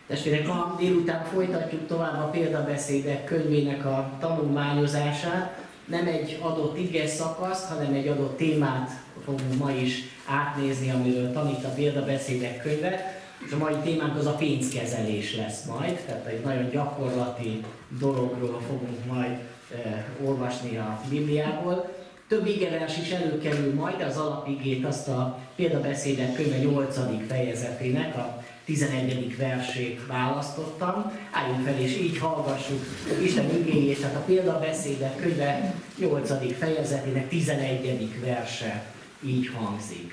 Testvérek, ma délután folytatjuk tovább a példabeszédek könyvének a tanulmányozását. Nem egy adott ige szakaszt, hanem egy adott témát fogunk ma is átnézni, amiről tanít a példabeszédek könyve. És a mai témánk az a pénzkezelés lesz majd, tehát egy nagyon gyakorlati dologról fogunk majd olvasni a Bibliából. Több igevers is előkerül majd, de az alapigét azt a példabeszédek könyve 8. fejezetének a 11. versét választottam. Álljunk fel és így hallgassuk Isten igéjét, tehát a példabeszédek könyve 8. fejezetének 11. verse így hangzik.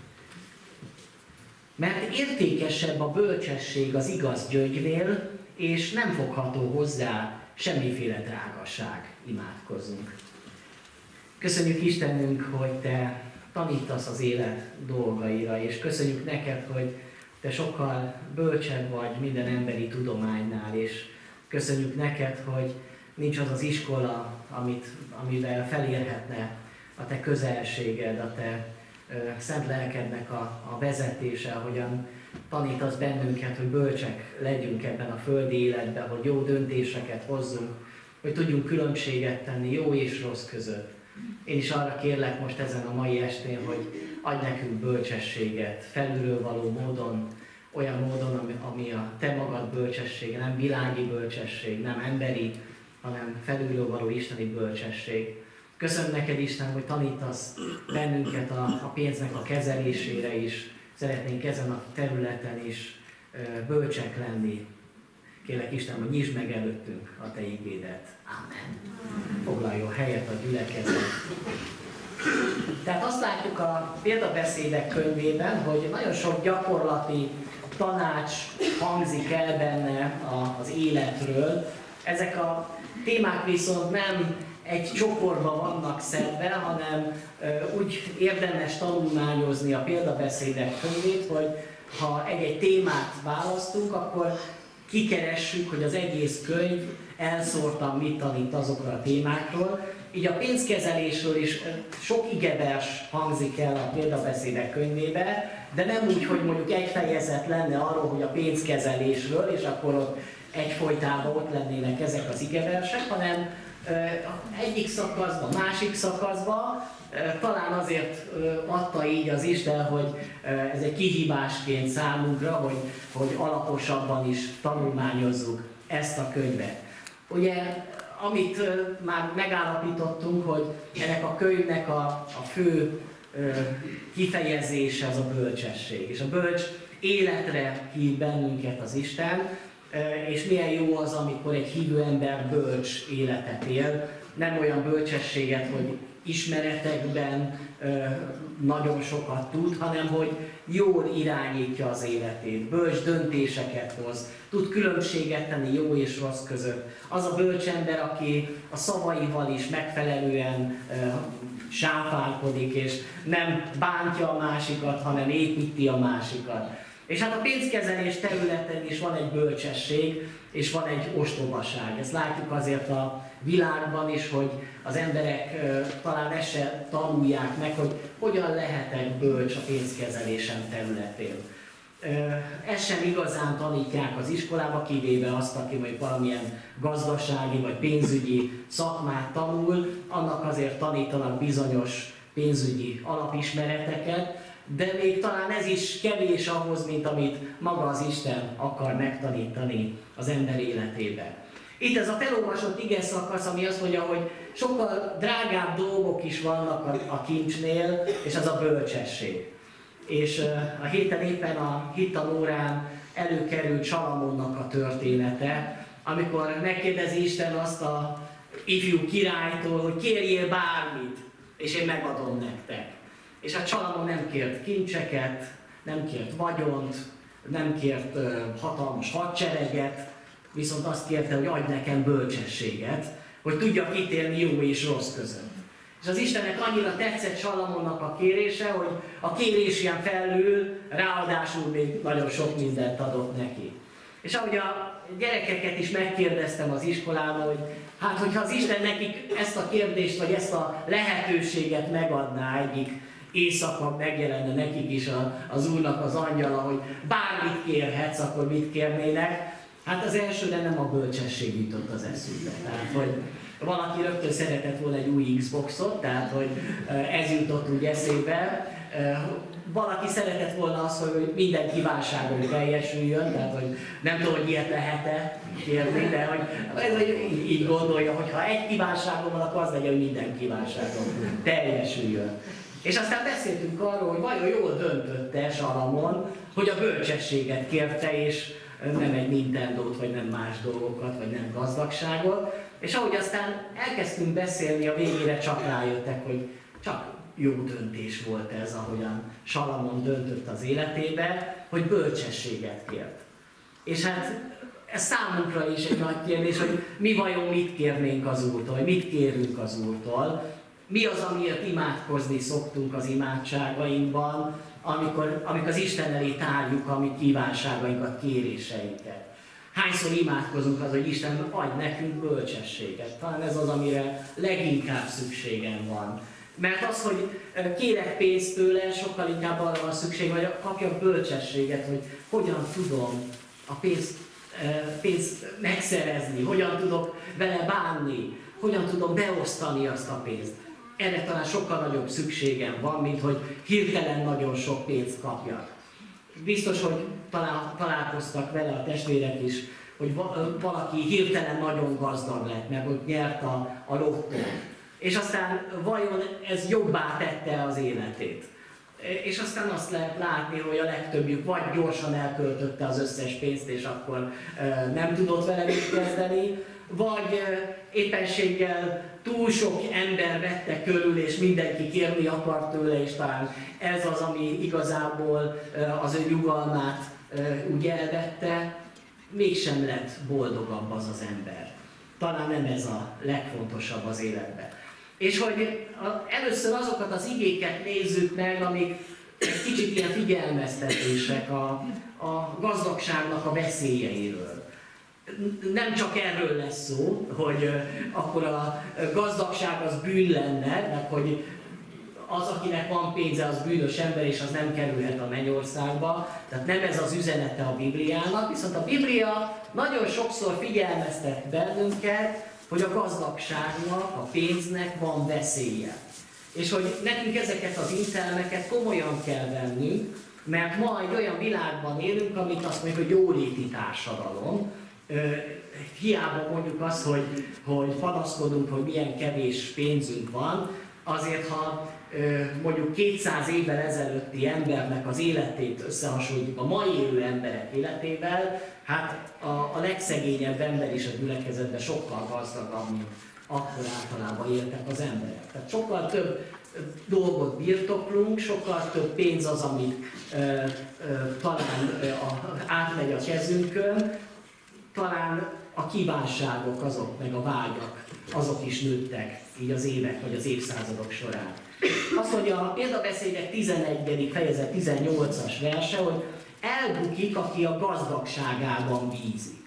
Mert értékesebb a bölcsesség az igaz gyöngynél, és nem fogható hozzá semmiféle drágaság. Imádkozzunk. Köszönjük Istenünk, hogy Te tanítasz az élet dolgaira, és köszönjük neked, hogy Te sokkal bölcsebb vagy minden emberi tudománynál, és köszönjük neked, hogy nincs az az iskola, amivel felérhetne a Te közelséged, a Te szent lelkednek a vezetése, ahogyan tanítasz bennünket, hogy bölcsek legyünk ebben a földi életben, hogy jó döntéseket hozzunk, hogy tudjunk különbséget tenni jó és rossz között. Én is arra kérlek most ezen a mai estén, hogy adj nekünk bölcsességet, felülről való módon, olyan módon, ami a Te magad bölcsessége, nem világi bölcsesség, nem emberi, hanem felülről való isteni bölcsesség. Köszönöm neked, Isten, hogy tanítasz bennünket a pénznek a kezelésére is. Szeretnénk ezen a területen is bölcsek lenni. Kérlek Isten, hogy nyisd meg előttünk a Te igédet. Amen. Foglaljon helyet a gyülekezet. Tehát azt látjuk a példabeszédek könyvében, hogy nagyon sok gyakorlati tanács hangzik el benne az életről. Ezek a témák viszont nem egy csoportban vannak szedve, hanem úgy érdemes tanulmányozni a példabeszédek könyvét, hogy ha egy-egy témát választunk, akkor kikeressük, hogy az egész könyv elszórtan mit tanít azokra a témákról. Így a pénzkezelésről is sok igevers hangzik el a példabeszédek könyvébe, de nem úgy, hogy mondjuk egy fejezet lenne arról, hogy a pénzkezelésről, és akkor ott egyfolytában ott lennének ezek az igeversek, hanem egyik szakaszban, másik szakaszban, talán azért adta így az Isten, hogy ez egy kihívásként számunkra, hogy alaposabban is tanulmányozzuk ezt a könyvet. Ugye, amit már megállapítottunk, hogy ennek a könyvnek a fő kifejezése az a bölcsesség. És a bölcs életre hív bennünket az Isten, és milyen jó az, amikor egy hívő ember bölcs életet él. Nem olyan bölcsességet, hogy ismeretekben nagyon sokat tud, hanem hogy jól irányítja az életét, bölcs döntéseket hoz, tud különbséget tenni jó és rossz között. Az a bölcs ember, aki a szavaival is megfelelően sáfárkodik, és nem bántja a másikat, hanem építi a másikat. És hát a pénzkezelés területen is van egy bölcsesség, és van egy ostobaság. Ezt látjuk azért a világban is, hogy az emberek talán ezt se tanulják meg, hogy hogyan lehetek bölcs a pénzkezelésem területén. Ezt sem igazán tanítják az iskolába, kivéve azt, aki majd valamilyen gazdasági vagy pénzügyi szakmát tanul, annak azért tanítanak bizonyos pénzügyi alapismereteket, de még talán ez is kevés ahhoz, mint amit maga az Isten akar megtanítani az ember életébe. Itt ez a felolvasott ige szakasz, ami azt mondja, hogy sokkal drágább dolgok is vannak a kincsnél, és az a bölcsesség. És a héten éppen a hittanórán előkerült Salamonnak a története, amikor megkérdezi Isten azt a ifjú királytól, hogy kérjél bármit, és én megadom nektek. És a Salamon nem kért kincseket, nem kért vagyont, nem kért hatalmas hadsereget, viszont azt kérte, hogy adj nekem bölcsességet, hogy tudjak ítélni jó és rossz között. És az Istennek annyira tetszett Salamonnak a kérése, hogy a kérésén felül ráadásul még nagyon sok mindent adott neki. És ahogy a gyerekeket is megkérdeztem az iskolában, hogy hát hogyha az Isten nekik ezt a kérdést, vagy ezt a lehetőséget megadná egyik éjszaka megjelenne nekik is az Úrnak az angyala, hogy bármit kérhetsz, akkor mit kérnének. Hát az elsőre nem a bölcsesség jutott az eszükbe. Tehát, hogy valaki rögtön szeretett volna egy új Xboxot, tehát, hogy ez jutott úgy eszébe. Valaki szeretett volna azt, hogy minden kívánságon teljesüljön, tehát, hogy nem tudom, hogy ilyet lehet-e kérni, de hogy így gondolja, hogy ha egy kívánságom van, akkor az legyen, hogy minden kívánságom teljesüljön. És aztán beszéltünk arról, hogy vajon jól döntötte Salamon, hogy a bölcsességet kérte, és nem egy Nintendót, vagy nem más dolgokat, vagy nem gazdagságot. És ahogy aztán elkezdtünk beszélni, a végére csak rájöttek, hogy csak jó döntés volt ez, ahogyan Salamon döntött az életébe, hogy bölcsességet kért. És hát ez számunkra is egy nagy kérdés, hogy mi vajon mit kérnénk az Úrtól, vagy mit kérünk az Úrtól. Mi az, amiért imádkozni szoktunk az imádságainkban, amikor az Isten elé tárjuk a mi kívánságainkat, kéréseinket. Hányszor imádkozunk az, hogy Isten adj nekünk bölcsességet. Talán ez az, amire leginkább szükségem van. Mert az, hogy kérek pénzt tőle, sokkal inkább arra van szükség, hogy kapjak bölcsességet, hogy hogyan tudom a pénzt megszerezni, hogyan tudok vele bánni, hogyan tudom beosztani azt a pénzt. Erre talán sokkal nagyobb szükségem van, mint hogy hirtelen nagyon sok pénzt kapjak. Biztos, hogy találkoztak vele a testvérek is, hogy valaki hirtelen nagyon gazdag lett, mert ott nyert a lottón. És aztán vajon ez jobbá tette az életét. És aztán azt lehet látni, hogy a legtöbbjük vagy gyorsan elköltötte az összes pénzt, és akkor nem tudott vele mit kezdeni, vagy éppenséggel túl sok ember vette körül, és mindenki kérni akart tőle, és talán ez az, ami igazából az ő nyugalmát úgy elvette, mégsem lett boldogabb az az ember. Talán nem ez a legfontosabb az életben. És hogy először azokat az igéket nézzük meg, amik egy kicsit ilyen figyelmeztetések a gazdagságnak a veszélyeiről. Nem csak erről lesz szó, hogy akkor a gazdagság az bűn lenne, meg hogy az, akinek van pénze, az bűnös ember, és az nem kerülhet a mennyországba. Tehát nem ez az üzenete a Bibliának, viszont a Biblia nagyon sokszor figyelmeztet bennünket, hogy a gazdagságnak, a pénznek van veszélye. És hogy nekünk ezeket az intelmeket komolyan kell vennünk, mert ma egy olyan világban élünk, amit azt mondjuk, hogy jóléti társadalom. Hiába mondjuk azt, hogy panaszkodunk, hogy milyen kevés pénzünk van, azért ha mondjuk 200 évvel ezelőtti embernek az életét összehasonlítjuk a mai élő emberek életével, hát a legszegényebb ember is a gyülekezetben sokkal gazdagabb, mint akkor általában éltek az emberek. Tehát sokkal több dolgot birtoklunk, sokkal több pénz az, amit talán átmegy a kezünkön, talán a kívánságok azok, meg a vágyak, azok is nőttek így az évek vagy az évszázadok során. Azt mondja a Példabeszédek 11. fejezet 18-as verse, hogy elbukik, aki a gazdagságában bízik.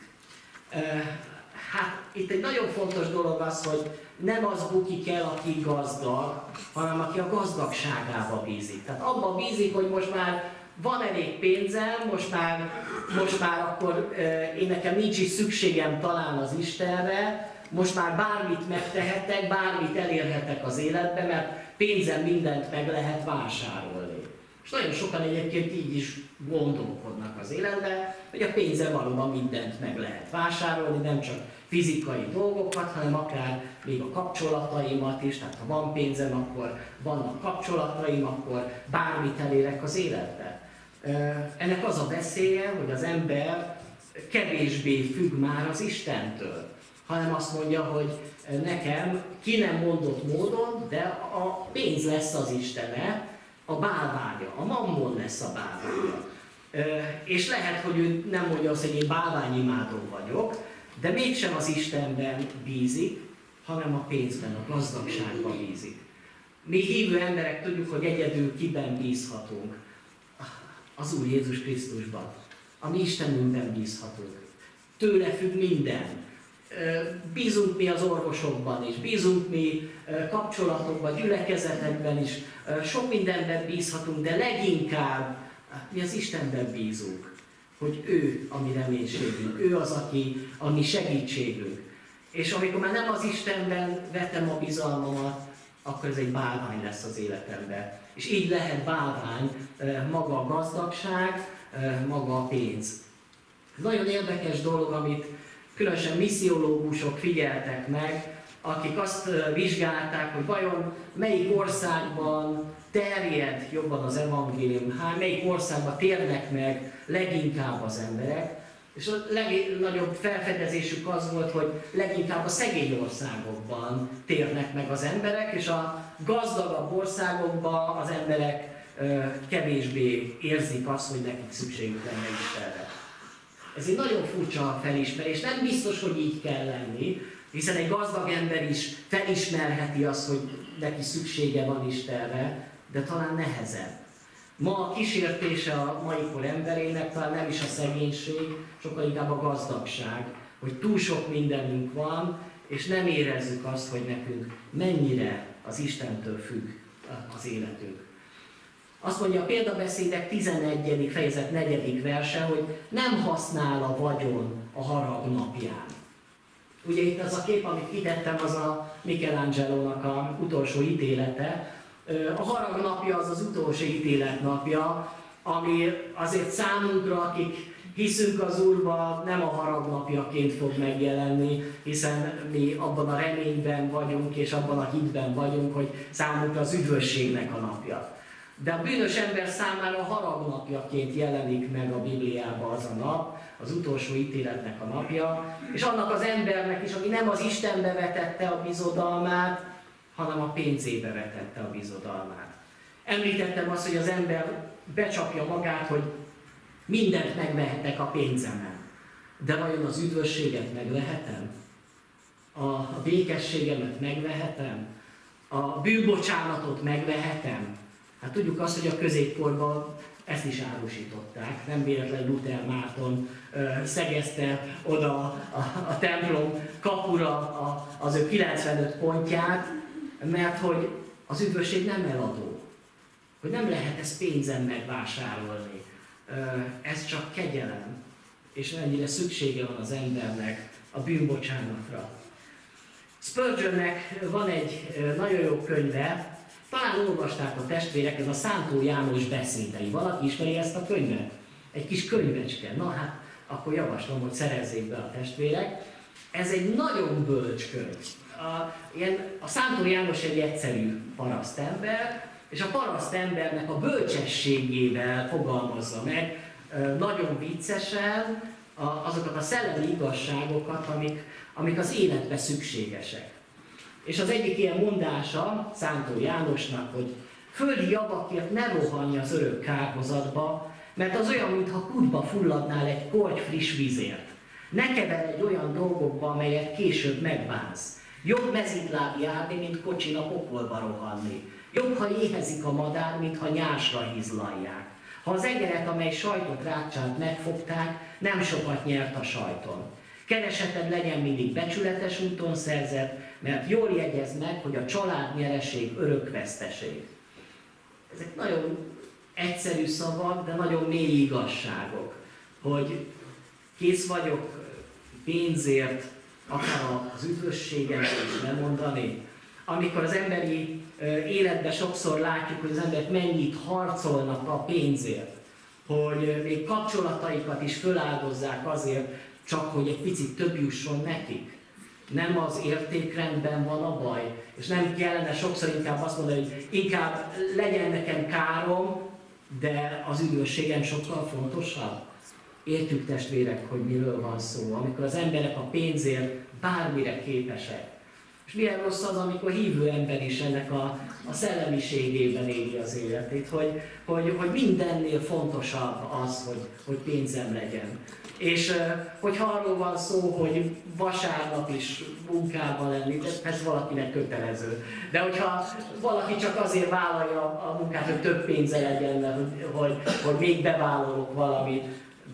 Hát itt egy nagyon fontos dolog az, hogy nem az bukik el, aki gazdag, hanem aki a gazdagságába bízik. Tehát abban bízik, hogy most már van elég pénzem, most már akkor én nekem nincs is szükségem talán az Istenre, most már bármit megtehetek, bármit elérhetek az életbe, mert pénzem mindent meg lehet vásárolni. És nagyon sokan egyébként így is gondolkodnak az életben, hogy a pénzzel valóban mindent meg lehet vásárolni, nem csak fizikai dolgokat, hanem akár még a kapcsolataimat is, tehát ha van pénzem, akkor vannak kapcsolataim, akkor bármit elérek az életbe. Ennek az a veszélye, hogy az ember kevésbé függ már az Istentől, hanem azt mondja, hogy nekem ki nem mondott módon, de a pénz lesz az istene, a bálványa, a mammon lesz a bálványa. És lehet, hogy ő nem mondja azt, hogy én bálványimádó vagyok, de mégsem az Istenben bízik, hanem a pénzben, a gazdagságban bízik. Mi hívő emberek tudjuk, hogy egyedül kiben bízhatunk. Az Úr Jézus Krisztusban. A mi Istenünkben bízhatunk. Tőle függ minden. Bízunk mi az orvosokban is, bízunk mi kapcsolatokban, gyülekezetekben is, sok mindenben bízhatunk, de leginkább mi az Istenben bízunk, hogy ő a mi reménységünk, ő az, aki a mi segítségünk. És amikor már nem az Istenben vetem a bizalmamat, akkor ez egy bálvány lesz az életemben. És így lehet bálvány maga a gazdagság, maga a pénz. Nagyon érdekes dolog, amit különösen missziológusok figyeltek meg, akik azt vizsgálták, hogy vajon melyik országban terjed jobban az evangélium, melyik országban térnek meg leginkább az emberek. És a legnagyobb felfedezésük az volt, hogy leginkább a szegény országokban térnek meg az emberek, és a gazdagabb országokban az emberek kevésbé érzik azt, hogy nekik szükségük lenne Istenre. Ez egy nagyon furcsa felismerés, nem biztos, hogy így kell lenni, hiszen egy gazdag ember is felismerheti azt, hogy neki szüksége van Istenre, de talán nehezebb. Ma a kísértése a mai kor emberének talán nem is a szegénység, sokkal inkább a gazdagság, hogy túl sok mindenünk van, és nem érezzük azt, hogy nekünk mennyire az Istentől függ az életünk. Azt mondja a Példabeszédek 11. fejezet 4. verse, hogy nem használ a vagyon a harag napján. Ugye itt az a kép, amit kitettem, az a Michelangelo-nak a utolsó ítélete. A harag napja az az utolsó ítélet napja, ami azért számunkra, akik hiszünk az Úrba, nem a harag napjaként fog megjelenni, hiszen mi abban a reményben vagyunk, és abban a hitben vagyunk, hogy számunkra az üdvösségnek a napja. De a bűnös ember számára a harag napjaként jelenik meg a Bibliában az a nap, az utolsó ítéletnek a napja, és annak az embernek is, aki nem az Istenbe vetette a bizodalmát, hanem a pénzébe vetette a bizodalmát. Említettem azt, hogy az ember becsapja magát, hogy mindent megvehetek a pénzemen. De vajon az üdvösséget megvehetem? A békességemet megvehetem? A bűnbocsánatot megvehetem? Hát tudjuk azt, hogy a középkorban ezt is árusították. Nem véletlen Luther Márton szegezte oda a templom kapura az ő 95 pontját, mert hogy az üdvösség nem eladó. Hogy nem lehet ezt pénzen megvásárolni. Ez csak kegyelem. És mennyire szüksége van az embernek a bűnbocsánatra. Spurgeonnek van egy nagyon jó könyve, talán olvasták a testvérek, ez a Szántó János beszédei. Valaki ismeri ezt a könyvet? Egy kis könyvecske. Na hát, akkor javaslom, hogy szerezzék be a testvérek. Ez egy nagyon bölcs könyv. A Szántó János egy egyszerű parasztember, és a parasztembernek a bölcsességével fogalmazza meg nagyon viccesen azokat a szellemi igazságokat, amik az életben szükségesek. És az egyik ilyen mondása Szántó Jánosnak, hogy földi javakért ne rohanj az örök kárhozatba, mert az olyan, mintha kútba fulladnál egy korty friss vízért. Ne keveredj olyan dolgokba, amelyet később megbánsz. Jobb mezitláb járni, mint kocsin a pokolba rohanni. Jobb, ha éhezik a madár, mint ha nyásra hízlalják. Ha az egeret, amely sajtot rácsált megfogták, nem sokat nyert a sajton. Kereseted legyen mindig becsületes úton szerzett, mert jól jegyezd meg, hogy a család nyereség örök veszteség. Ezek nagyon egyszerű szavak, de nagyon mély igazságok, hogy kész vagyok pénzért akár az üdvösséget is lemondani. Amikor az emberi életben sokszor látjuk, hogy az emberek mennyit harcolnak a pénzért, hogy még kapcsolataikat is föláldozzák azért, csak hogy egy picit több jusson nekik. Nem az értékrendben van a baj, és nem kellene sokszor inkább azt mondani, hogy inkább legyen nekem károm, de az üdvösségem sokkal fontosabb. Értjük testvérek, hogy miről van szó, amikor az emberek a pénzért bármire képesek. És milyen rossz az, amikor hívő ember is ennek a szellemiségében éli az életét, hogy mindennél fontosabb az, hogy pénzem legyen. És hogyha arról van szó, hogy vasárnap is munkában lenni, ez valakinek kötelező. De hogyha valaki csak azért vállalja a munkát, hogy több pénze legyen, hogy még bevállalok valamit,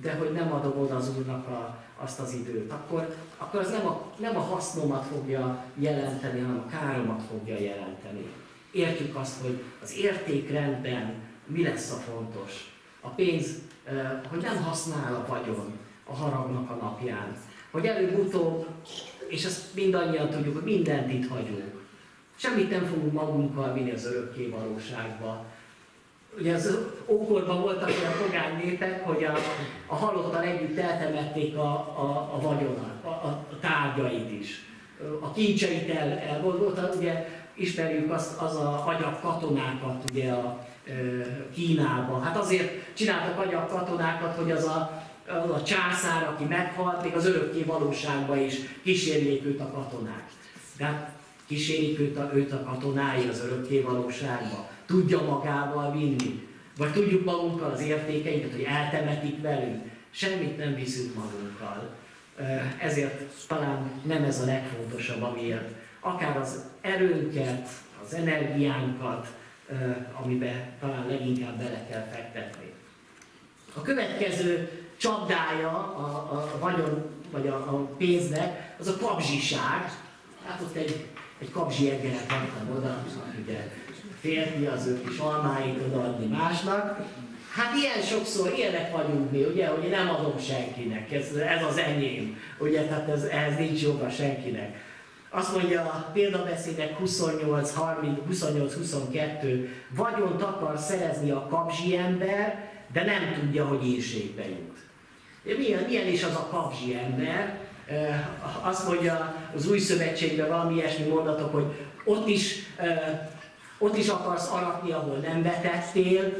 de hogy nem adom oda az Úrnak azt az időt, akkor az nem a hasznomat fogja jelenteni, hanem a káromat fogja jelenteni. Értjük azt, hogy az értékrendben mi lesz a fontos. A pénz, hogy nem használ a vagyon a haragnak a napján. Hogy előbb-utóbb, és ezt mindannyian tudjuk, hogy mindent itt hagyunk. Semmit nem fogunk magunkkal vinni az örökké valóságba. Ugye az ókorban voltak olyan pogány népek, hogy a halottal együtt eltemették a vagyonat, a tárgyait is. A kincseit volt, ugye ismerjük az agyag katonákat ugye a Kínában. Hát azért csináltak agyag katonákat, hogy az a császár, aki meghalt, még az örökké valóságba is kísérjék őt a katonák. De hát kísérik őt a katonái az örökké valóságba. Tudja magával vinni. Vagy tudjuk magunkkal az értékeinket, hogy eltemetik velünk. Semmit nem viszünk magunkkal. Ezért talán nem ez a legfontosabb, amiért akár az erőnket, az energiánkat, amiben talán leginkább bele kell fektetni. A következő csapdája a vagyon, vagy a pénznek, az a kapzsiság. Hát ott egy kapzsi engeret hagytam oda, ugye férfi az ő kis almáit odaadni másnak. Hát ilyen sokszor, ilyenek vagyunk mi, ugye, hogy én nem adom senkinek, ez az enyém, ugye, tehát ehhez nincs joga senkinek. Azt mondja a példabeszédek 28-22, vagyont akar szerezni a kapzsi ember, de nem tudja, hogy éhségbe jut. Milyen is az a kapzsi ember? Azt mondja az Új Szövetségben valami ilyesmi mondatok, hogy ott is akarsz aratni, ahol nem vetettél,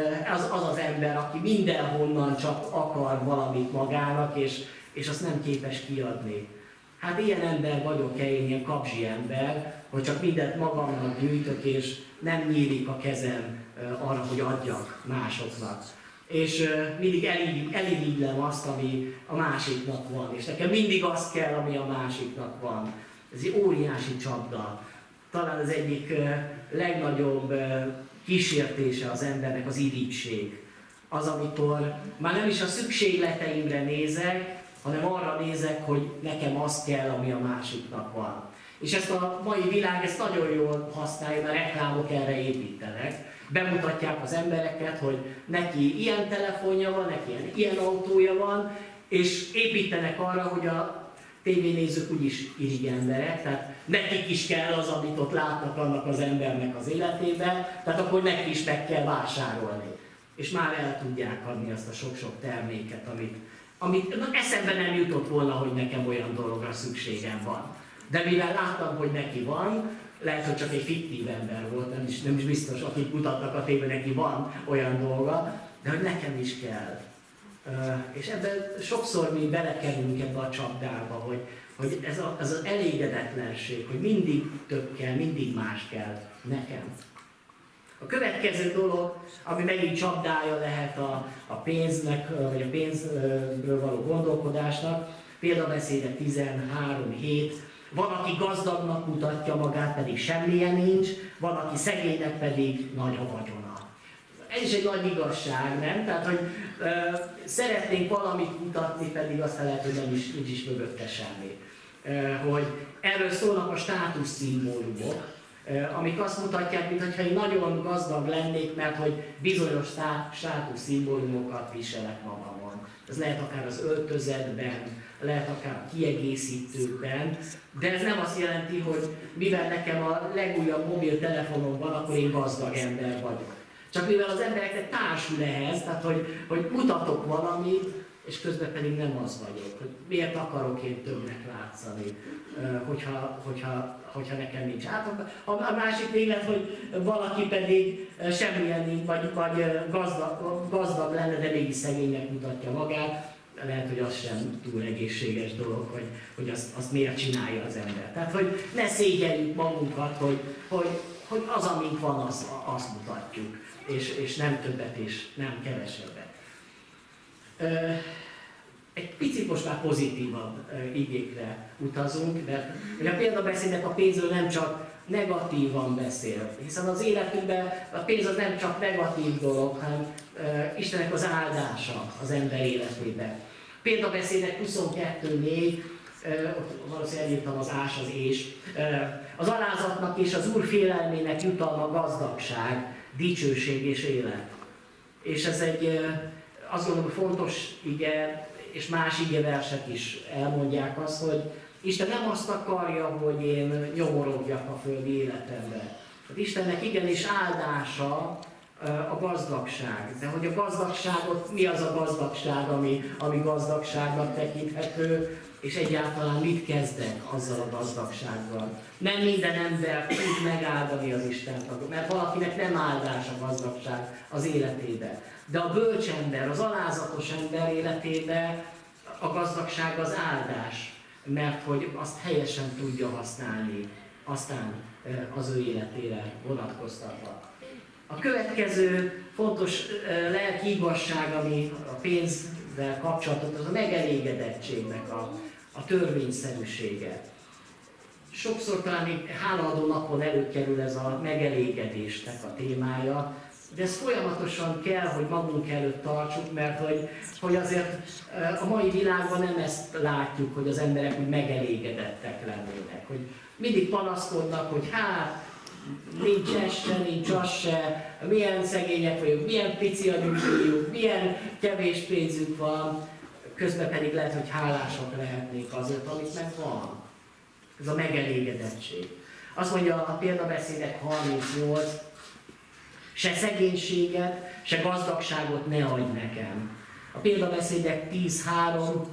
az ember, aki mindenhonnan csak akar valamit magának, és azt nem képes kiadni. Hát ilyen ember vagyok-e én, ilyen kapzsi ember, hogy csak mindent magamnak gyűjtök, és nem nyílik a kezem arra, hogy adjak másoknak. És mindig elirigylem azt, ami a másiknak van, és nekem mindig azt kell, ami a másiknak van. Ez egy óriási csapda. Talán az egyik legnagyobb kísértése az embernek az irigység. Az, amikor már nem is a szükségleteimre nézek, hanem arra nézek, hogy nekem az kell, ami a másiknak van. És ezt a mai világ ezt nagyon jól használja, mert reklámok erre építenek. Bemutatják az embereket, hogy neki ilyen telefonja van, neki ilyen autója van, és építenek arra, hogy a tévénézők úgyis irigy emberek, tehát nekik is kell az, amit ott látnak annak az embernek az életében, tehát akkor neki is meg kell vásárolni. És már el tudják adni azt a sok-sok terméket, amit eszembe nem jutott volna, hogy nekem olyan dologra szükségem van. De mivel láttam, hogy neki van, lehet, hogy csak egy fiktív ember volt, nem is biztos, akik mutatnak a tévében, neki van olyan dolga, de hogy nekem is kell. És ebben sokszor mi belekerülünk ebbe a csapdába, hogy ez az elégedetlenség, hogy mindig több kell, mindig más kell nekem. A következő dolog, ami megint csapdája lehet a pénznek, vagy a pénzről való gondolkodásnak, példabeszédek 13:7, van, aki gazdagnak mutatja magát, pedig semmilyen nincs, van, aki szegénynek pedig nagy a vagyona. Ez is egy nagy igazság, nem? Tehát, hogy szeretnénk valamit mutatni, pedig aztán lehet, hogy nincs is mögötte semmi. Hogy erről szólnak a státuszszimbólumok, amik azt mutatják, mintha én nagyon gazdag lennék, mert hogy bizonyos státuszszimbólumokat viselek magamon. Ez lehet akár az öltözetben, lehet akár a kiegészítőkben, de ez nem azt jelenti, hogy mivel nekem a legújabb mobiltelefonom van, akkor én gazdag ember vagyok. Csak mivel az embereknek társul ehhez, tehát hogy mutatok valamit, és közben pedig nem az vagyok. Hogy miért akarok én többnek látszani, hogyha nekem nincs. Hát a másik véglet, hogy valaki pedig semmilyen nincs, vagy gazdag lenne, de mégis szegénynek mutatja magát. Lehet, hogy az sem túl egészséges dolog, hogy azt miért csinálja az ember. Tehát, hogy ne szégyeljük magunkat, hogy az, amink van, azt mutatjuk. És nem többet és nem kevesebbet. Egy picit most már pozitívabb igékre utazunk, mert a példabeszédnek a pénzről nem csak negatívan beszél, hiszen az életünkben a pénz az nem csak negatív dolog, hanem Istennek az áldása az ember életében. Példabeszédek 22:4, valószínűleg elírtam az ás, az és. Az alázatnak és az Úr félelmének jutalma gazdagság, dicsőség és élet. És ez egy, azt gondolom, fontos ige, és más igeversek is elmondják azt, hogy Isten nem azt akarja, hogy én nyomorogjak a földi életembe. Hát Istennek igenis áldása a gazdagság. De hogy a gazdagságot, mi az a gazdagság, ami gazdagságnak tekinthető, és egyáltalán mit kezdek azzal a gazdagsággal. Nem minden ember tud megáldani az Istent, mert valakinek nem áldás a gazdagság az életébe. De a bölcs ember, az alázatos ember életébe a gazdagság az áldás, mert hogy azt helyesen tudja használni, aztán az ő életére vonatkoztatva. A következő fontos lelki igazság, ami a pénzzel kapcsolatos, az a megelégedettségnek a törvényszerűsége. Sokszor talán még hálaadó napon előkerül ez a megelégedésnek a témája, de ezt folyamatosan kell, hogy magunk előtt tartsuk, mert hogy azért a mai világban nem ezt látjuk, hogy az emberek úgy megelégedettek lennének. Hogy mindig panaszkodnak, hogy hát nincs ez se, nincs az se, milyen szegények vagyunk, milyen pici a nyugdíjuk, milyen kevés pénzük van, közben pedig lehet, hogy hálásak lehetnénk azért, amit meg van. Ez a megelégedettség. Azt mondja a példabeszédek 38, se szegénységet, se gazdagságot ne adj nekem. A példabeszédek 10:3,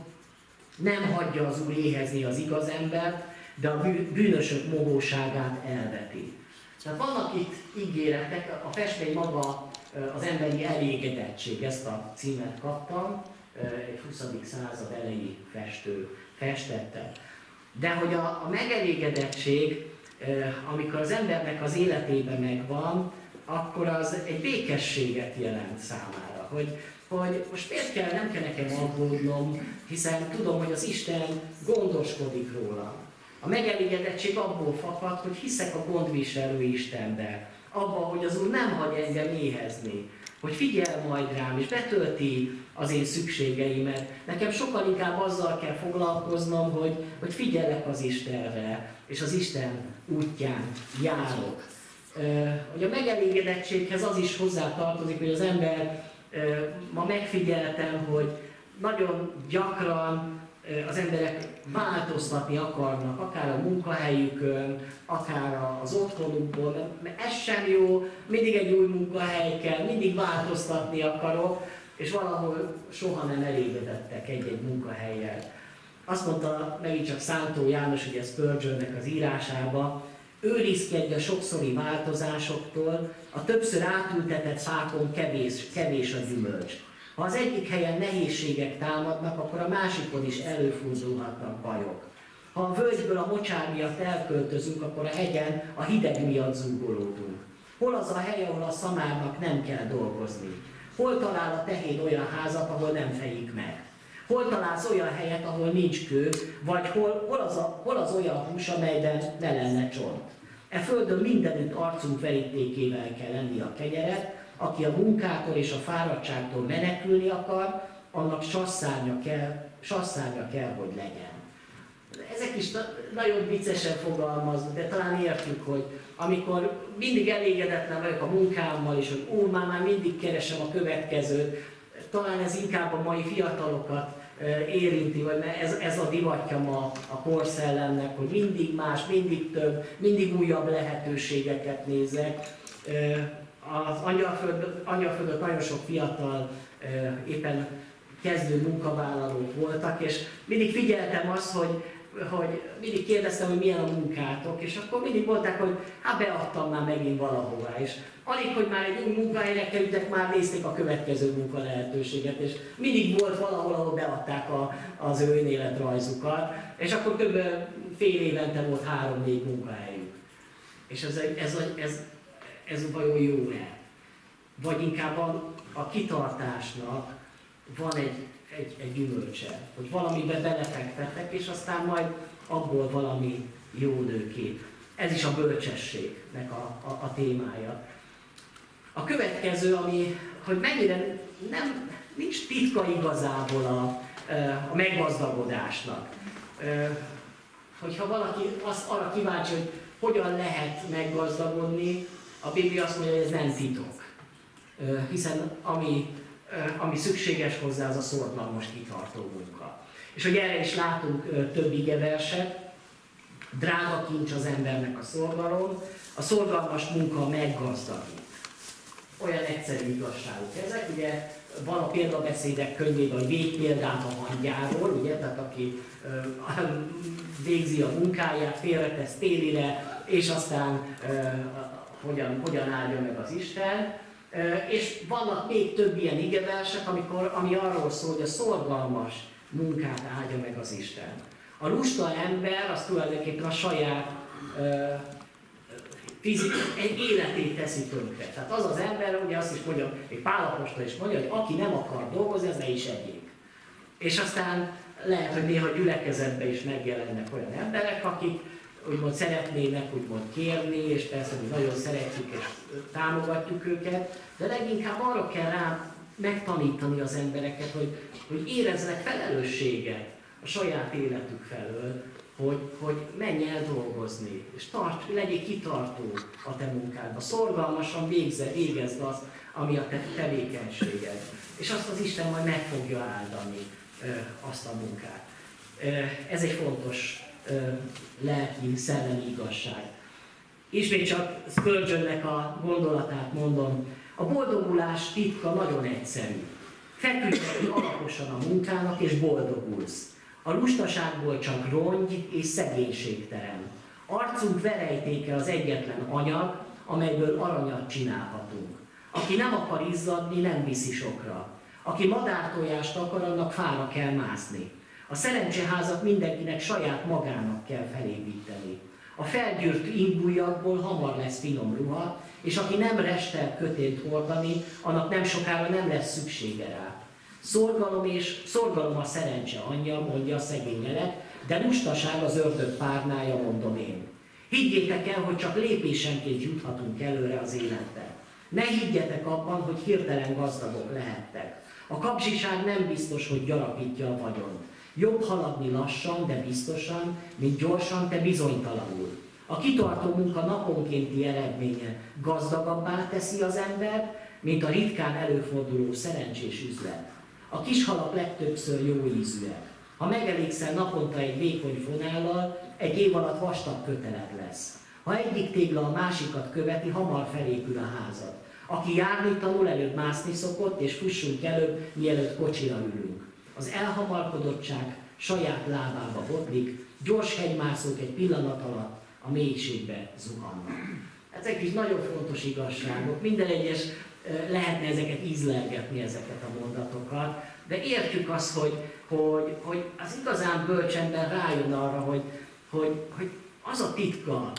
nem hagyja az Úr éhezni az igaz embert, de a bűnösök mohóságát elveti. Tehát vannak itt ígéretek, a festmény maga az emberi elégedettség, ezt a címet kaptam, egy 20. század elejé festő festette. De hogy a megelégedettség, amikor az embernek az életében megvan, akkor az egy békességet jelent számára. Hogy most miért kell, nem kell nekem aggódnom, hiszen tudom, hogy az Isten gondoskodik rólam. A megelégedettség abból fakad, hogy hiszek a gondviselő Istenbe, abban, hogy az Úr nem hagy engem éhezni, hogy figyel majd rám, és betölti az én szükségeimet. Nekem sokkal inkább azzal kell foglalkoznom, hogy figyelek az Istenre, és az Isten útján járok. Hogy a megelégedettséghez az is hozzá tartozik, hogy az ember, ma megfigyeltem, hogy nagyon gyakran az emberek változtatni akarnak, akár a munkahelyükön, akár az otthonukból, mert ez sem jó, mindig egy új munkahely kell, mindig változtatni akarok, és valahol soha nem elégedettek egy-egy munkahellyel. Azt mondta megint csak Szántó János, ugye Spurgeonnek az írásában, őrizkedj a sokszori változásoktól, a többször átültetett fákon kevés a gyümölcs. Ha az egyik helyen nehézségek támadnak, akkor a másikon is előfordulhatnak bajok. Ha a völgyből a mocsár miatt elköltözünk, akkor a hegyen a hideg miatt zúgolódunk. Hol az a hely, ahol a szamárnak nem kell dolgozni? Hol talál a tehén olyan házat, ahol nem fejik meg? Hol találsz olyan helyet, ahol nincs kő, vagy hol az olyan hús, amelyben ne lenne csont? E földön mindenütt arcunk verítékével kell lenni a kenyeret, aki a munkától és a fáradtságtól menekülni akar, annak sasszárnya kell, hogy legyen. Ezek is nagyon viccesen fogalmaznak, de talán értjük, hogy amikor mindig elégedetlen vagyok a munkámmal, és hogy már mindig keresem a következőt, talán ez inkább a mai fiatalokat érinti, vagy ez a divatja ma a korszellemnek, hogy mindig más, mindig több, mindig újabb lehetőségeket nézek. Az Angyalföldön nagyon sok fiatal éppen kezdő munkavállalók voltak, és mindig figyeltem azt, hogy mindig kérdeztem, hogy milyen a munkátok, és akkor mindig mondták, hogy hát beadtam már megint valahová, és alig, hogy már egy új munkahelyre kerültek, már nézték a következő munka lehetőséget, és mindig volt valahol, ahol beadták az ő önéletrajzukat, és akkor kb. Fél évente volt 3-4 munkahelyük. És ez vajon jó-e? Vagy inkább a kitartásnak van egy egy gyümölcse, hogy valamibe belefektettek, és aztán majd abból valami jó nő ki. Ez is a bölcsességnek a témája. A következő, hogy mennyire nincs titka igazából a meggazdagodásnak. Hogyha valaki arra kíváncsi, hogy hogyan lehet meggazdagodni, a Biblia azt mondja, hogy ez nem titok. Hiszen ami szükséges hozzá, az a szorgalmas kitartó munka. És hogy erre is látunk több igeverset. Drága kincs az embernek a szorgalom, a szorgalmas munka meggazdagít. Olyan egyszerű igazságok ezek, ugye van a példabeszédek könyvében, hogy védj példát a hangyáról, ugye, tehát aki végzi a munkáját, félretesz télire, és aztán hogyan áldja meg az Isten. És vannak még több ilyen igeversek, ami arról szól, hogy a szorgalmas munkát áldja meg az Isten. A lusta ember az tulajdonképpen a saját életét teszi tönkre. Tehát az az ember, ugye azt is mondja, még Pál apostol is mondja, hogy aki nem akar dolgozni, az ne is egyék. És aztán lehet, hogy néha gyülekezetben is megjelennek olyan emberek, akik úgymond szeretnének úgymond kérni, és persze mi nagyon szeretjük és támogatjuk őket, de leginkább arra kell rá megtanítani az embereket, hogy érezzenek felelősséget a saját életük felől, hogy menj el dolgozni, és legyél kitartó a te munkádba, szorgalmasan végezd azt, ami a te tevékenységed. És azt az Isten majd meg fogja áldani azt a munkát. Ez egy fontos lelki, szellemi igazság. Ismét csak Spurgeonnek a gondolatát mondom, a boldogulás titka nagyon egyszerű. Feküdj alaposan a munkának és boldogulsz. A lustaságból csak rongy és szegénység terem. Arcunk verejtéke az egyetlen anyag, amelyből aranyat csinálhatunk. Aki nem akar izzadni, nem viszi sokra. Aki madártojást akar, annak fára kell mászni. A szerencseházat mindenkinek saját magának kell felépíteni. A felgyűrt ingújakból hamar lesz finom ruha, és aki nem restel kötélt hordani, annak nem sokára nem lesz szüksége rá. Szorgalom a szerencse anyja, mondja a szegény elek, de lustaság az ördög párnája, mondom én. Higgyétek el, hogy csak lépésenként juthatunk előre az életbe. Ne higgyetek abban, hogy hirtelen gazdagok lehettek. A kapzsiság nem biztos, hogy gyarapítja a vagyont. Jobb haladni lassan, de biztosan, mint gyorsan, de bizonytalanul. A kitartó munka naponkénti eredménye gazdagabbá teszi az embert, mint a ritkán előforduló szerencsés üzlet. A kis halak legtöbbször jó ízűek. Ha megelégszel naponta egy vékony fonállal, egy év alatt vastag kötelet lesz. Ha egyik tégla a másikat követi, hamar felépül a házad. Aki járni tanul, előbb mászni szokott, és fussunk előbb, mielőtt kocsira ülünk. Az elhamarkodottság saját lábába botlik, gyors hegymászók egy pillanat alatt a mélységbe zuhannak. Ezek is nagyon fontos igazságok. Minden egyes lehetne ezeket ízlelgetni, ezeket a mondatokat, de értjük azt, hogy az igazán bölcs ember rájön arra, hogy az a titka,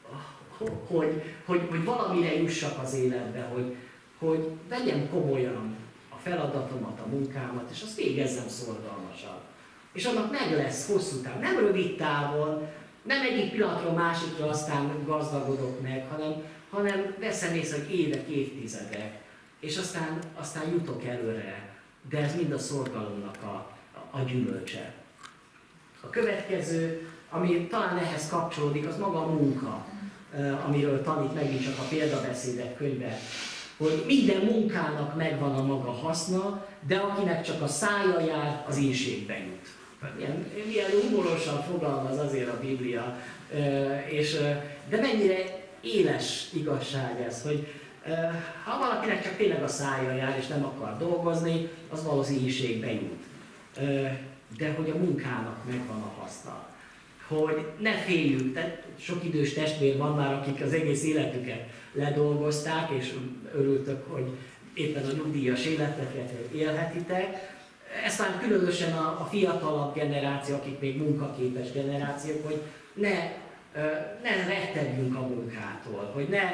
hogy valamire jussak az életbe, hogy vegyem komolyan a feladatomat, a munkámat, és azt végezzem szorgalmasan. És annak meg lesz hosszú távon, nem rövid távon, nem egyik pillanatról másikra aztán gazdagodok meg, hanem veszem észre, hogy évek, évtizedek, és aztán jutok előre, de ez mind a szorgalomnak a gyümölcse. A következő, ami talán ehhez kapcsolódik, az maga a munka, amiről tanít megint csak a példabeszédek könyve, hogy minden munkának megvan a maga haszna, de akinek csak a szája jár, az ínségbe jut. Milyen humorosan fogalmaz azért a Biblia, de mennyire éles igazság ez, hogy ha valakinek csak tényleg a szája jár és nem akar dolgozni, az valószínűleg ínségbe jut. De hogy a munkának megvan a haszna. Hogy ne féljünk, tehát sok idős testvér van már, akik az egész életüket ledolgozták, és örültök, hogy éppen a nyugdíjas életeket élhetitek. Ez talán különösen a fiatalabb generáció, akik még munkaképes generációk, hogy ne rettegjünk a munkától, hogy ne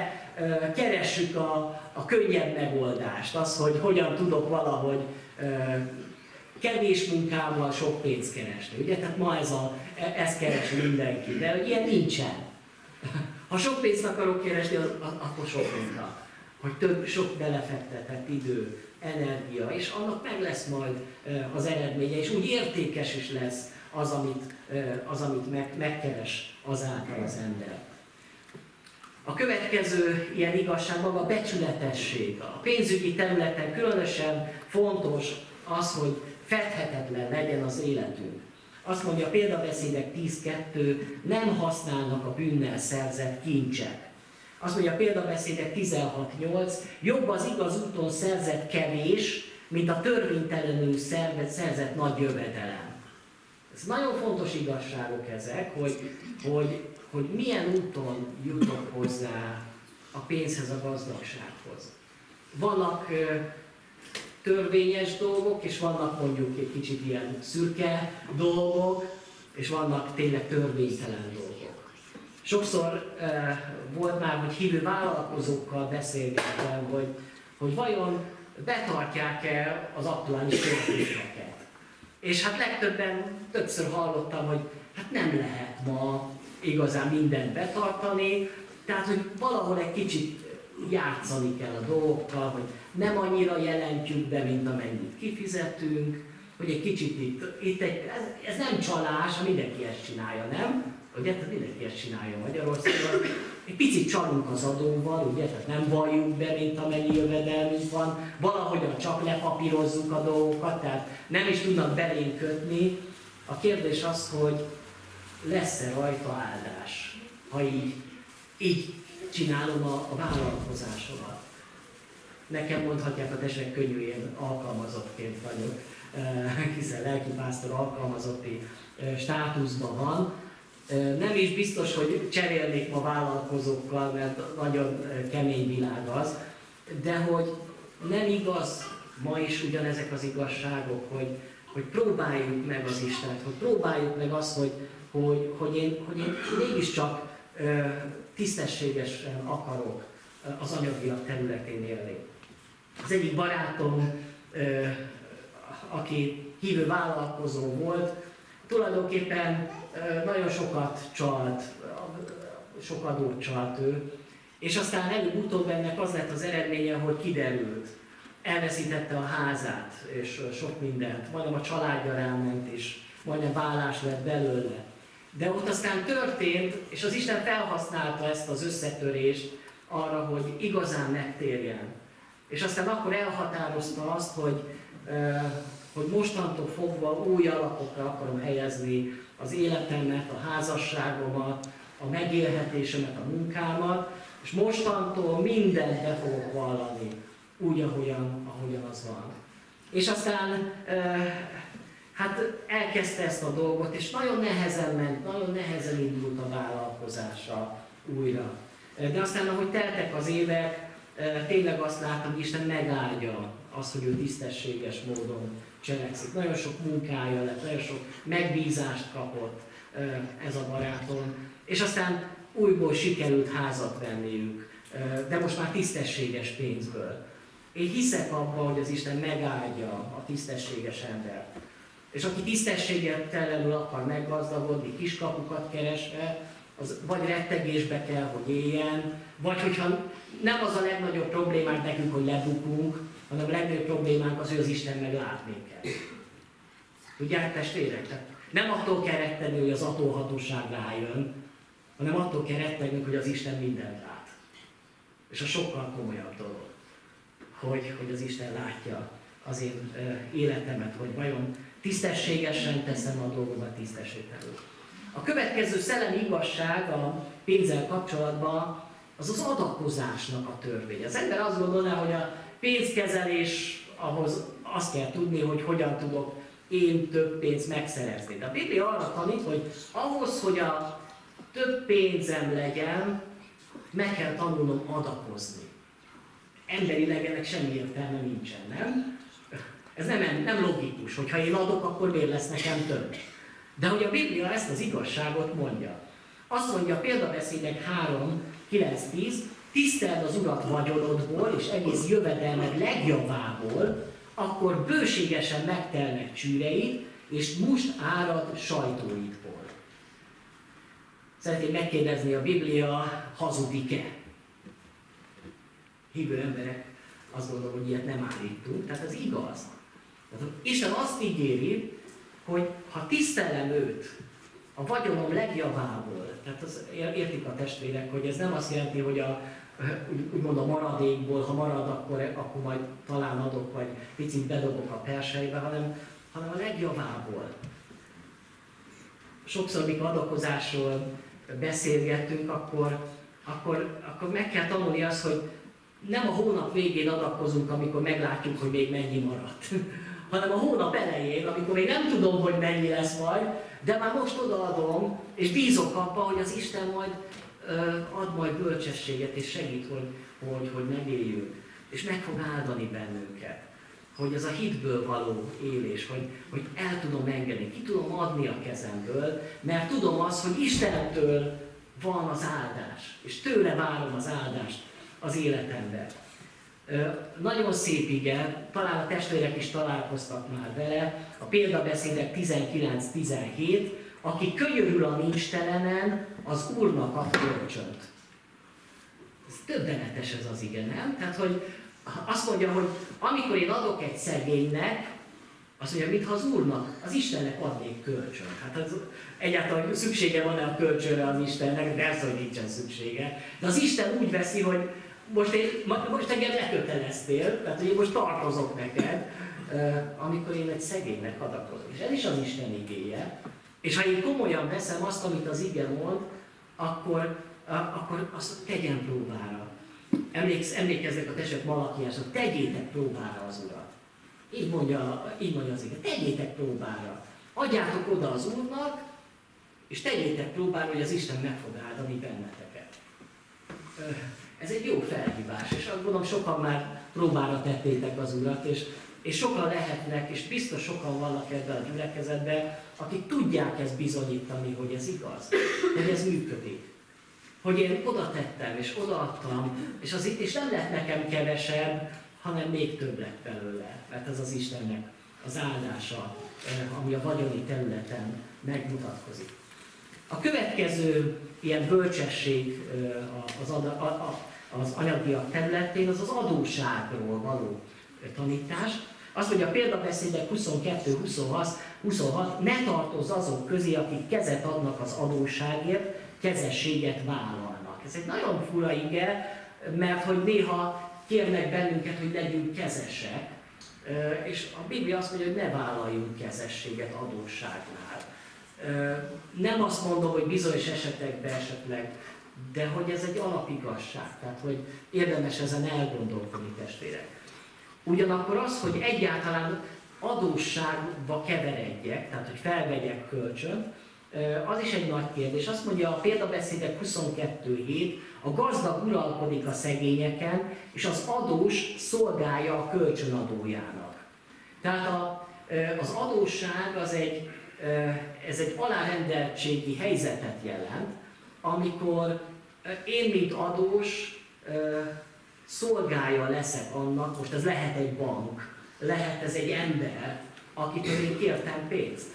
keressük a könnyebb megoldást, az, hogy hogyan tudok valahogy kevés munkával sok pénzt keresni, ugye? Tehát ma ezt keresi mindenki, de hogy ilyen nincsen. Ha sok pénzt akarok keresni, akkor sok munka. Hogy sok belefektetett idő, energia, és annak meg lesz majd az eredménye, és úgy értékes is lesz az, amit megkeres azáltal az ember. A következő ilyen igazság maga a becsületesség. A pénzügyi területen különösen fontos az, hogy fedhetetlen legyen az életünk. Azt mondja a Példabeszédek 10.2, nem használnak a bűnnel szerzett kincsek. Azt mondja a Példabeszédek 16.8, jobb az igaz úton szerzett kevés, mint a törvénytelenül szerzett nagy jövedelem. Ez nagyon fontos igazságok ezek, hogy milyen úton jutok hozzá a pénzhez, a gazdagsághoz. Vannak törvényes dolgok, és vannak mondjuk egy kicsit ilyen szürke dolgok, és vannak tényleg törvénytelen dolgok. Sokszor volt már, hogy hívő vállalkozókkal beszélgettem, hogy vajon betartják-e az aktuális törvényeket. És hát többször hallottam, hogy hát nem lehet ma igazán mindent betartani, tehát hogy valahol egy kicsit játszani kell a dolgokkal, hogy nem annyira jelentjük be, mint amennyit kifizetünk, hogy egy kicsit ez nem csalás, mindenki ezt csinálja, nem? Ugye, tehát mindenki ezt csinálja Magyarországon. Egy picit csalunk az adóval, ugye, tehát nem valljuk be, mint amennyi jövedelmünk van, valahogyan csak lepapírozzuk a dolgokat, tehát nem is tudnak belénk kötni. A kérdés az, hogy lesz-e rajta áldás, ha így csinálom a vállalkozásomat. Nekem mondhatják a testvérek, könnyű, én alkalmazottként vagyok, hiszen lelkipásztor alkalmazotti státuszban van. Nem is biztos, hogy cserélnék ma vállalkozókkal, mert nagyon kemény világ az, de hogy nem igaz ma is ugyanezek az igazságok, hogy próbáljuk meg az Istent, hogy próbáljuk meg azt, hogy én mégiscsak tisztességesen akarok az anyagiak területén élni. Az egyik barátom, aki hívő vállalkozó volt, tulajdonképpen nagyon sokat csalt, sok adót csalt ő, és aztán előbb-utóbb ennek az lett az eredménye, hogy kiderült. Elveszítette a házát, és sok mindent, majdnem a családja ráment is, majdnem vállás lett belőle. De ott aztán történt, és az Isten felhasználta ezt az összetörést arra, hogy igazán megtérjen. És aztán akkor elhatározta azt, hogy mostantól fogva új alapokra akarom helyezni az életemet, a házasságomat, a megélhetésemet, a munkámat, és mostantól mindent be fogok vallani, úgy, ahogyan az van. És aztán hát elkezdte ezt a dolgot, és nagyon nehezen ment, nagyon nehezen indult a vállalkozása újra. De aztán, ahogy teltek az évek, tényleg azt láttam, hogy Isten megáldja azt, hogy ő tisztességes módon cselekszik. Nagyon sok munkája lett, nagyon sok megbízást kapott ez a barátom, és aztán újból sikerült házat venniük, de most már tisztességes pénzből. Én hiszek abban, hogy az Isten megáldja a tisztességes embert. És aki tisztességettelenül akar meggazdagodni, kiskapukat keresve, az vagy rettegésbe kell, hogy éljen, vagy hogyha nem az a legnagyobb problémánk nekünk, hogy lebukunk, hanem a legnagyobb problémánk az, hogy az Isten meglát minket. Tudják, testvérek? Tehát nem attól kell rettegni, hogy az adóhatóság rájön, hanem attól kell rettegni, hogy az Isten mindent lát. És a sokkal komolyabb dolog, hogy az Isten látja az én életemet, hogy vajon tisztességesen teszem a dolgomat tisztességtelenül. A következő szellemi igazság a pénzzel kapcsolatban az az adakozásnak a törvény. Az ember azt gondolná, hogy a pénzkezelés, ahhoz azt kell tudni, hogy hogyan tudok én több pénzt megszerezni. De a Biblia arra tanít, hogy ahhoz, hogy a több pénzem legyen, meg kell tanulnom adakozni. Emberileg ennek semmi értelme nincsen, nem? Ez nem logikus, hogy ha én adok, akkor miért lesz nekem több. De hogy a Biblia ezt az igazságot mondja. Azt mondja a Példabeszédek 3.9-10, tiszteld az Urat vagyonodból és egész jövedelmed legjavából, akkor bőségesen megtelnek csűreid, és must árad sajtóidból. Szeretném megkérdezni, a Biblia hazudik-e? Hívő emberek azt gondolom, hogy ilyet nem állítunk, tehát ez igaz. Tehát Isten azt ígéri, hogy ha tisztelem őt a vagyonom legjavából, tehát értik a testvérek, hogy ez nem azt jelenti, hogy úgymond a maradékból, ha marad, akkor majd talán adok, vagy picit bedobok a persejbe, hanem a legjavából. Sokszor, amikor adakozásról beszélgettünk, akkor meg kell tanulni azt, hogy nem a hónap végén adakozunk, amikor meglátjuk, hogy még mennyi maradt, hanem a hónap elején, amikor még nem tudom, hogy mennyi lesz majd, de már most odaadom, és bízok abba, hogy az Isten majd ad majd bölcsességet, és segít, hogy megéljünk, és meg fog áldani bennünket. Hogy ez a hitből való élés, hogy el tudom engedni, ki tudom adni a kezemből, mert tudom azt, hogy Istentől van az áldás, és tőle várom az áldást az életemben. Nagyon szép ige, talán a testvérek is találkoztak már vele, a példabeszédek 19-17, aki könyörül a nincstelenen, az Úrnak ad kölcsönt. Ez döbbenetes ez az ige, nem? Tehát, hogy azt mondja, hogy amikor én adok egy szegénynek, azt mondja, mintha az Úrnak, az Istennek adnék kölcsön. Hát az, egyáltalán szüksége van-e a kölcsönre az Istennek? Persze, hogy nincsen szüksége. De az Isten úgy veszi, hogy most engem leköteleztél, tehát hogy én most tartozok neked, amikor én egy szegénynek adakozom. És ez is az Isten igéje. És ha én komolyan veszem azt, amit az ige mond, akkor azt tegyen próbára. Emlékeznek a testvérek Malakiásra, tegyétek próbára az Urat. Így mondja az ige, tegyétek próbára. Adjátok oda az Úrnak, és tegyétek próbára, hogy az Isten meg fog áldani benneteket. Ez egy jó felhívás, és azt gondolom, sokan már próbára tettétek az Urat, és sokan lehetnek, és biztos sokan vannak ebben a gyülekezetben, akik tudják ezt bizonyítani, hogy ez igaz, hogy ez működik. Hogy én oda tettem, és odaadtam, és nem lett nekem kevesebb, hanem még több lett belőle, mert ez az Istennek az áldása, ami a vagyoni területen megmutatkozik. A következő ilyen bölcsesség az anyagiak területén, az adósságról való tanítás. Azt mondja a példabeszédek 22-26, ne tartozz azok közé, akik kezet adnak az adósságért, kezességet vállalnak. Ez egy nagyon fura ige, mert hogy néha kérnek bennünket, hogy legyünk kezesek, és a Biblia azt mondja, hogy ne vállaljunk kezességet adósságnál. Nem azt mondom, hogy bizonyos esetekben esetleg, de hogy ez egy alapigazság, tehát hogy érdemes ezen elgondolkodni, testvérek. Ugyanakkor az, hogy egyáltalán adósságba keveredjek, tehát hogy felvegyek kölcsönt, az is egy nagy kérdés. Azt mondja a példabeszédek 22.7, a gazdag uralkodik a szegényeken, és az adós szolgálja a kölcsönadójának. Tehát az adósság ez egy alárendeltségi helyzetet jelent, amikor én, mint adós, szolgálja leszek annak, most ez lehet egy bank, lehet ez egy ember, akitől én kértem pénzt.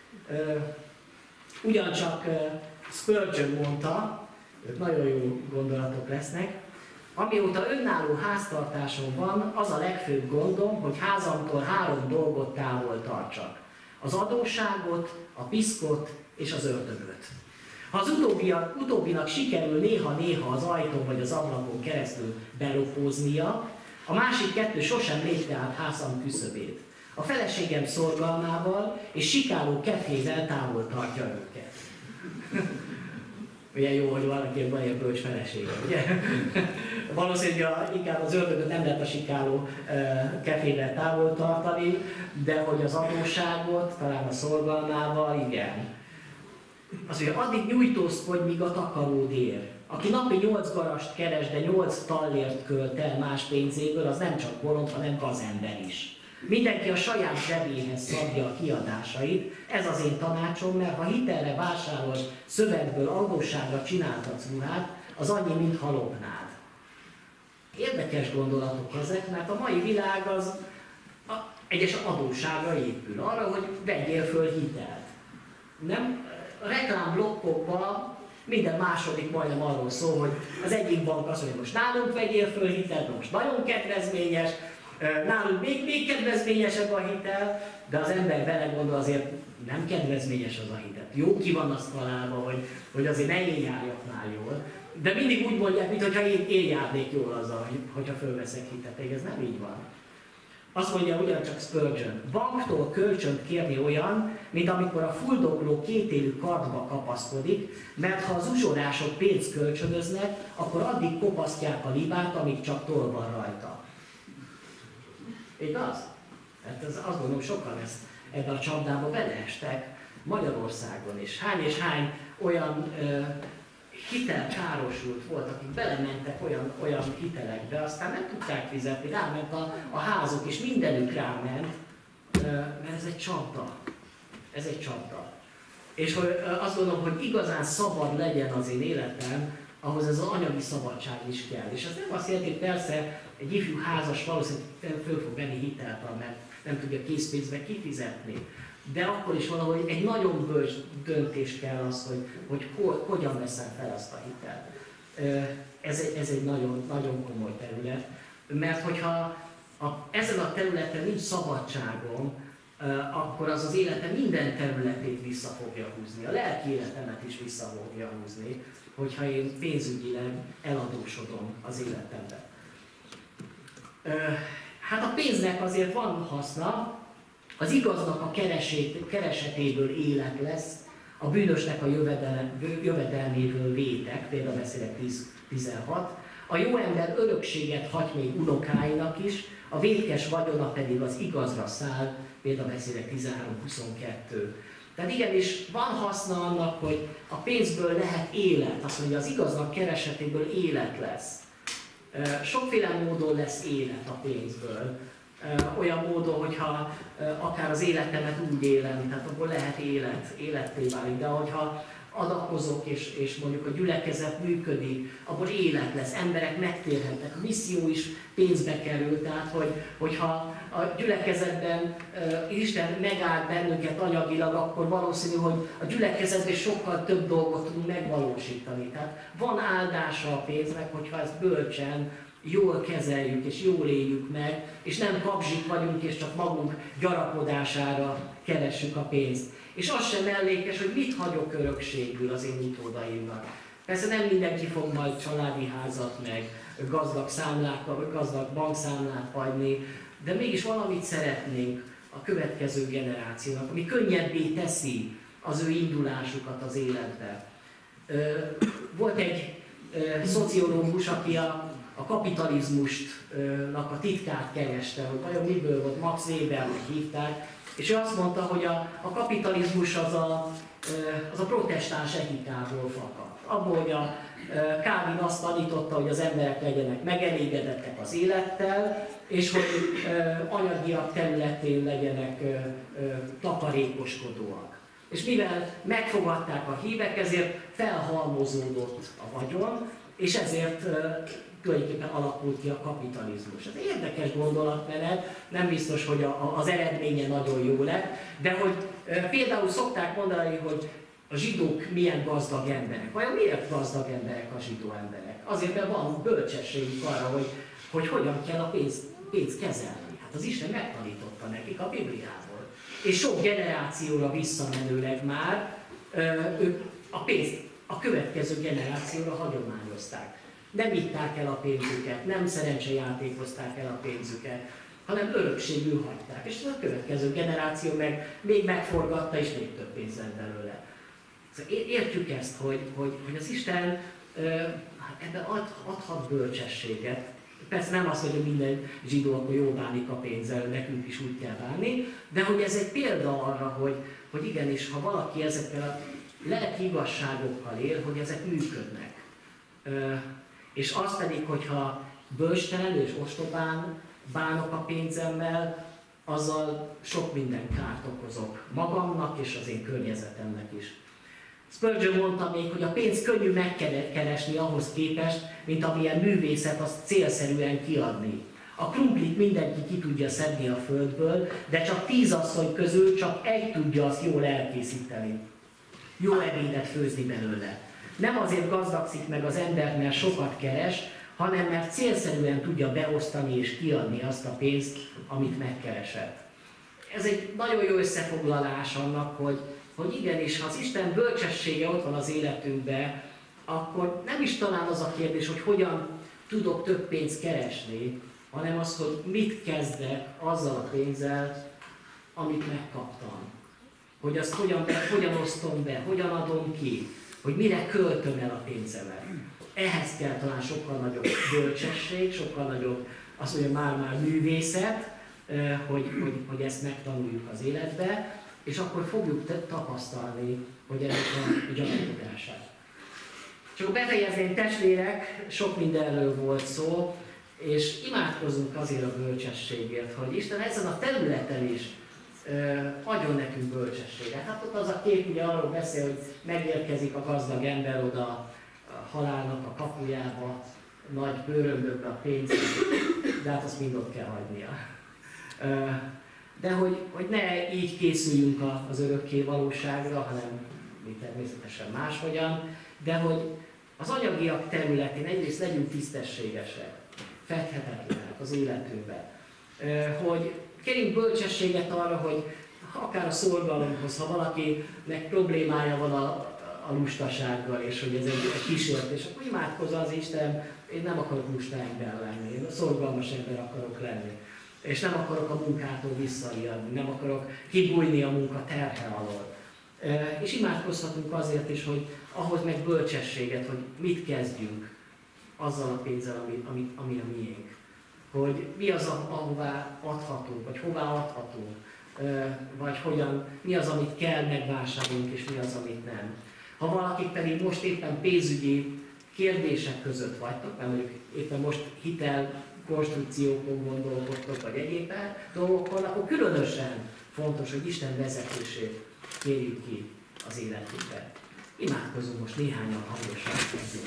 Ugyancsak Spurgeon mondta, ők nagyon jó gondolatok lesznek, amióta önálló háztartásom van, az a legfőbb gondom, hogy házamtól 3 dolgot távol tartsak. Az adósságot, a piszkot és az ördögöt. Ha az utóbbinak sikerül néha-néha az ajtón vagy az ablakon keresztül belopóznia, a másik 2 sosem lépte át házam küszöbét. A feleségem szorgalmával és sikáló kefével távol tartja őket. Milyen jó, hogy valakinek van ilyen bölcs felesége, ugye? Valószínűleg inkább az ördögöt nem lehet a sikáló kefével távol tartani, de hogy az adósságot, talán a szorgalmával, igen. Az, hogy addig nyújtózkodj, míg a takaród ér. Aki napi 8 garast keres, de 8 tallért költ el más pénzéből, az nem csak bolond, hanem gazember is. Mindenki a saját zsebéhez szabja a kiadásait, ez az én tanácsom, mert ha hitelre vásárol szövegből adósságra csináltatsz ruhát, az annyi, mintha lopnád. Érdekes gondolatok ezek, mert a mai világ egyes adósságra épül, arra, hogy vegyél föl hitelt. Nem? A reklámblokkokban minden második majdnem arról szól, hogy az egyik bank azt mondja, hogy most nálunk vegyél föl hitelt, most nagyon kedvezményes, nálunk még kedvezményesebb a hitel, de az ember belegondol, azért nem kedvezményes az a hitel. Jó ki van azt találva, hogy azért ne én járjak már jól, de mindig úgy mondják, mintha én járnék jól azzal, hogyha fölveszek hitet, ez nem így van. Azt mondja ugyancsak Spurgeon, banktól kölcsönt kérni olyan, mint amikor a fuldokló kétélű kardba kapaszkodik, mert ha az uzsorások pénzt kölcsönöznek, akkor addig kopasztják a libát, amíg csak toll van rajta. Igaz? Hát azt gondolom, sokan ebben a csapdába beleestek Magyarországon is. Hány és hány olyan hitelkárosult volt, akik belementek olyan hitelekbe, aztán nem tudták fizetni, ráment a házuk, és mindenük ráment, mert ez egy csapda. Ez egy csapda. És hogy azt gondolom, hogy igazán szabad legyen az én életem, ahhoz ez az anyagi szabadság is kell. És az nem azt jelenti, hogy persze egy ifjú házas valószínűleg föl fog venni hitelt, mert nem tudja készpénzbe kifizetni. De akkor is valahogy egy nagyon bölcs döntés kell az, hogy hogyan veszem fel azt a hitelt. Ez egy nagyon, nagyon komoly terület, mert hogyha ezen a területen nincs szabadságom, akkor az életem minden területét vissza fogja húzni, a lelki életemet is vissza fogja húzni, hogyha én pénzügyileg eladósodom az életemben. Hát a pénznek azért van haszna, az igaznak a keresetéből élet lesz, a bűnösnek a jövedelméből vétek, például beszélek 10-16. A jó ember örökséget hagy még unokáinak is, a vétkes vagyona pedig az igazra száll, például beszélek 13-22. Tehát igenis van haszna annak, hogy a pénzből lehet élet, azt mondja, az igaznak keresetéből élet lesz. Sokféle módon lesz élet a pénzből. Olyan módon, hogyha akár az életemet úgy élem, tehát abból lehet életté válik, de hogyha adakozok és mondjuk a gyülekezet működik, abból élet lesz, emberek megtérhetnek, a misszió is pénzbe kerül, tehát hogyha a gyülekezetben Isten megáld bennünket anyagilag, akkor valószínű, hogy a gyülekezetben sokkal több dolgot tudunk megvalósítani. Tehát van áldása a pénznek, hogyha ezt bölcsen, jól kezeljük és jól éljük meg, és nem kapzsik vagyunk, és csak magunk gyarapodására keressük a pénzt. És az sem mellékes, hogy mit hagyok örökségül az én utódaimnak. Persze nem mindenki fog majd családi házat, meg gazdag bankszámlát hagyni, de mégis valamit szeretnénk a következő generációnak, ami könnyebbé teszi az ő indulásukat az életbe. Volt egy szociológus, aki a kapitalizmusnak a titkát kereste, hogy vajon miből volt, Max Webernek hívták, és ő azt mondta, hogy a kapitalizmus az a protestáns etikából fakadt. Abból, hogy a Calvin azt tanította, hogy az emberek legyenek megelégedettek az élettel, és hogy anyagiak területén legyenek takarékoskodóak. És mivel megfogadták a hívek, ezért felhalmozódott a vagyon, és ezért tulajdonképpen alakult ki a kapitalizmus. Ez érdekes gondolatmenet, nem biztos, hogy az eredménye nagyon jó lett, de hogy például szokták mondani, hogy a zsidók milyen gazdag emberek. Vajon miért gazdag emberek a zsidó emberek? Azért, mert van bölcsességük arra, hogy hogyan kell a pénzt kezelni. Hát az Isten megtanította nekik a Bibliából. És sok generációra visszamenőleg már ők a pénzt a következő generációra hagyományozták. Nem itták el a pénzüket, nem szerencsejátékozták el a pénzüket, hanem örökségül hagyták. És a következő generáció meg még megforgatta, és még több pénz lett belőle. Értjük ezt, hogy az Isten ebben adhat bölcsességet. Persze nem azt mondja, hogy minden zsidó akkor jól bánik a pénzzel, nekünk is úgy kell bánni, de hogy ez egy példa arra, hogy igenis, ha valaki ezekkel a lelki igazságokkal él, hogy ezek működnek. És az pedig, hogyha bölcstelenül és ostobán bánok a pénzemmel, azzal sok minden kárt okozok magamnak és az én környezetemnek is. Spurgeon mondta még, hogy a pénzt könnyű megkeresni ahhoz képest, mint amilyen művészet azt célszerűen kiadni. A krumplit mindenki ki tudja szedni a földből, de csak 10 asszony közül csak egy tudja azt jól elkészíteni. Jó ebédet főzni belőle. Nem azért gazdagszik meg az ember, mert sokat keres, hanem mert célszerűen tudja beosztani és kiadni azt a pénzt, amit megkeresett. Ez egy nagyon jó összefoglalás annak, hogy igenis, ha az Isten bölcsessége ott van az életünkben, akkor nem is talán az a kérdés, hogy hogyan tudok több pénzt keresni, hanem az, hogy mit kezdek azzal a pénzzel, amit megkaptam. Hogy azt hogyan osztom be, hogyan adom ki, hogy mire költöm el a pénzemet. Ehhez kell talán sokkal nagyobb bölcsesség, sokkal nagyobb, azt mondja már művészet, hogy ezt megtanuljuk az életbe, és akkor fogjuk tapasztalni, hogy ennek a gyakorlását. Csak befejezném, testvérek, sok mindenről volt szó, és imádkozunk azért a bölcsességért, hogy Isten ezen a területen is adjon nekünk bölcsességet. Hát ott az a kép ugye arról beszél, hogy megérkezik a gazdag ember oda a halálnak a kapujába, nagy bőröndökbe a pénzet, de hát azt mind ott kell hagynia. De hogy ne így készüljünk az örökké valóságra, hanem mi természetesen máshogyan, de hogy az anyagiak területén egyrészt legyünk tisztességesek, fedhetetlenek az életünkben. Hogy kérjünk bölcsességet arra, hogy akár a szorgalomhoz, ha valakinek problémája van a lustasággal, és hogy ez egy kísértés, akkor imádkozza az Isten, én nem akarok lusta ember lenni, én szorgalmas ember akarok lenni. És nem akarok a munkától visszaijedni, nem akarok kibújni a munka terhe alól. És imádkozhatunk azért is, hogy ahhoz meg bölcsességet, hogy mit kezdjünk azzal a pénzzel, ami a miénk. Hogy mi az, ahová adhatunk, vagy hová adhatunk, vagy mi az, amit kell megvásárolnunk, és mi az, amit nem. Ha valakik pedig most éppen pénzügyi kérdések között vagytok, mert mondjuk éppen most konstrukciókon gondolkodtok, vagy egyéb dolgokon, akkor különösen fontos, hogy Isten vezetését kérjük ki az életünkbe. Imádkozunk most néhányan hangosan.